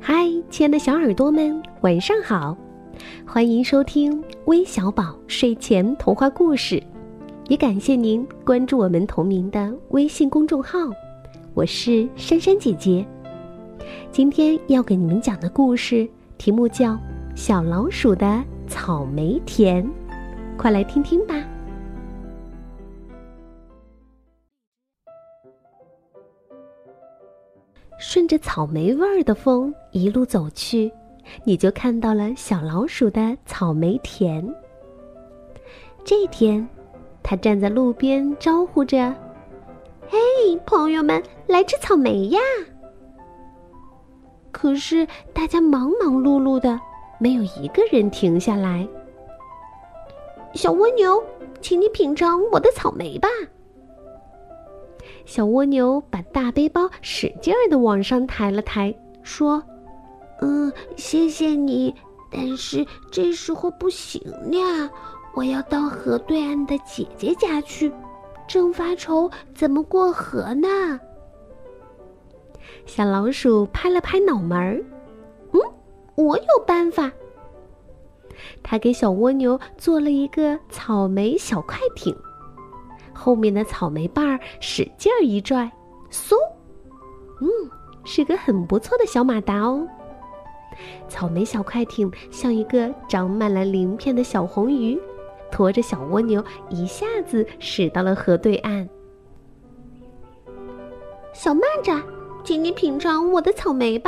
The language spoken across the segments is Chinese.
嗨，亲爱的小耳朵们，晚上好！欢迎收听微小宝睡前童话故事，也感谢您关注我们同名的微信公众号。我是珊珊姐姐，今天要给你们讲的故事题目叫《小老鼠的草莓田》，快来听听吧。顺着草莓味儿的风一路走去，你就看到了小老鼠的草莓田。这天，它站在路边招呼着：“嘿，朋友们，来吃草莓呀！”可是大家忙忙碌碌的，没有一个人停下来。小蜗牛，请你品尝我的草莓吧。小蜗牛把大背包使劲儿地往上抬了抬，说：“谢谢你，但是这时候不行呀，我要到河对岸的姐姐家去，正发愁怎么过河呢。”小老鼠拍了拍脑门儿，我有办法。它给小蜗牛做了一个草莓小快艇。后面的草莓瓣儿使劲儿一拽，嗖，是个很不错的小马达哦。草莓小快艇像一个长满了鳞片的小红鱼，驮着小蜗牛一下子驶到了河对岸。小蚂蚱，请你品尝我的草莓吧。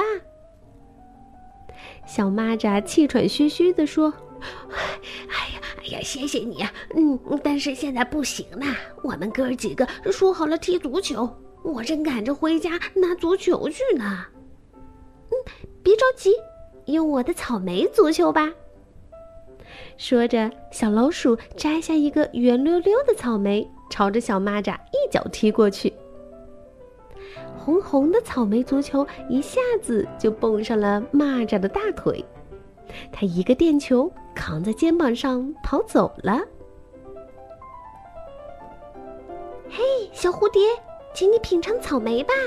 小蚂蚱气喘吁吁地说：“哎呀，谢谢你啊，但是现在不行啦，我们哥儿几个说好了踢足球，我正赶着回家拿足球去呢。”别着急，用我的草莓足球吧。说着，小老鼠摘下一个圆溜溜的草莓，朝着小蚂蚱一脚踢过去。红红的草莓足球一下子就蹦上了蚂蚱的大腿，它一个垫球扛在肩膀上跑走了。嘿，小蝴蝶，请你品尝草莓吧。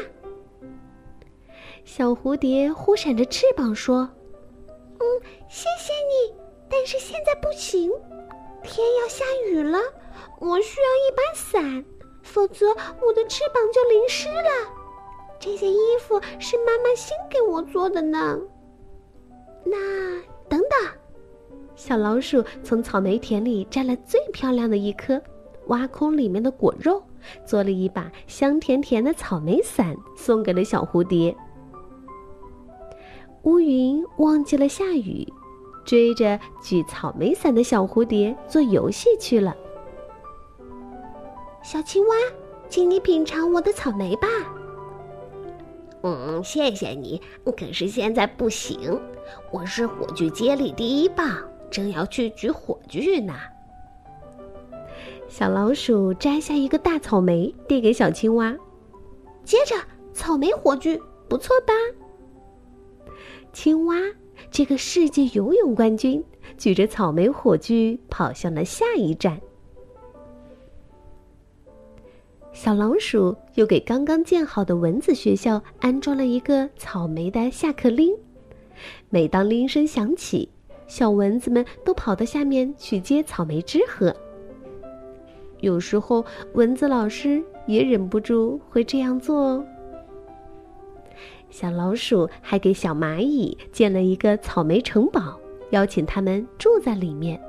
小蝴蝶忽闪着翅膀说：“谢谢你，但是现在不行，天要下雨了，我需要一把伞，否则我的翅膀就淋湿了。这件衣服是妈妈新给我做的呢。”那等等，小老鼠从草莓田里摘了最漂亮的一颗，挖空里面的果肉，做了一把香甜甜的草莓伞，送给了小蝴蝶。乌云忘记了下雨，追着举草莓伞的小蝴蝶做游戏去了。小青蛙，请你品尝我的草莓吧。谢谢你，可是现在不行，我是火炬接力第一棒，正要去举火炬呢。小老鼠摘下一个大草莓，递给小青蛙，接着草莓火炬，不错吧？青蛙，这个世界游泳冠军，举着草莓火炬跑向了下一站。小老鼠又给刚刚建好的蚊子学校安装了一个草莓的下课铃，每当铃声响起，小蚊子们都跑到下面去接草莓汁喝。有时候蚊子老师也忍不住会这样做哦。小老鼠还给小蚂蚁建了一个草莓城堡，邀请他们住在里面。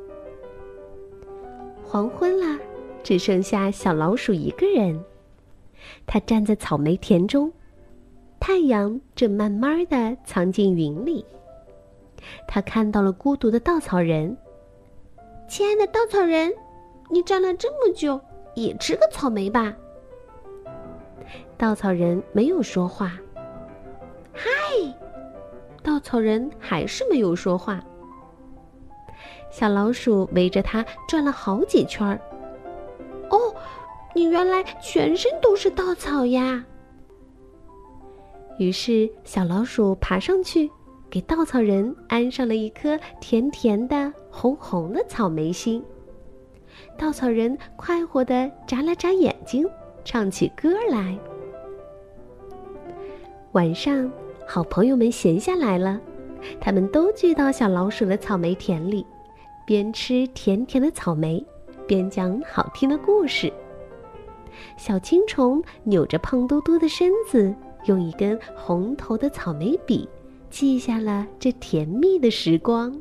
黄昏了，只剩下小老鼠一个人，它站在草莓田中，太阳正慢慢地藏进云里。它看到了孤独的稻草人。亲爱的稻草人，你站了这么久，也吃个草莓吧。稻草人没有说话。嗨，稻草人还是没有说话。小老鼠围着它转了好几圈儿。你原来全身都是稻草呀！于是小老鼠爬上去，给稻草人安上了一颗甜甜的、红红的草莓心。稻草人快活地眨了眨眼睛，唱起歌来。晚上， 好朋友们闲下来了，他们都聚到小老鼠的草莓田里，边吃甜甜的草莓，边讲好听的故事。小青虫扭着胖嘟嘟的身子，用一根红头的草莓笔记下了这甜蜜的时光。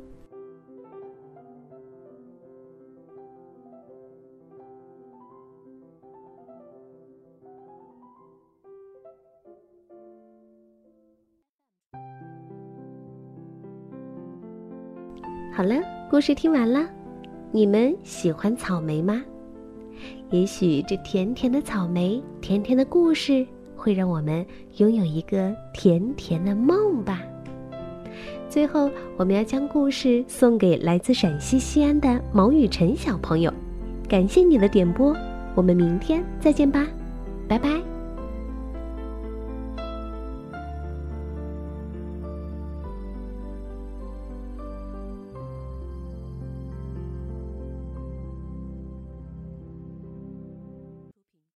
好了，故事听完了，你们喜欢草莓吗？也许这甜甜的草莓，甜甜的故事，会让我们拥有一个甜甜的梦吧。最后，我们要将故事送给来自陕西西安的毛雨晨小朋友，感谢你的点播，我们明天再见吧，拜拜。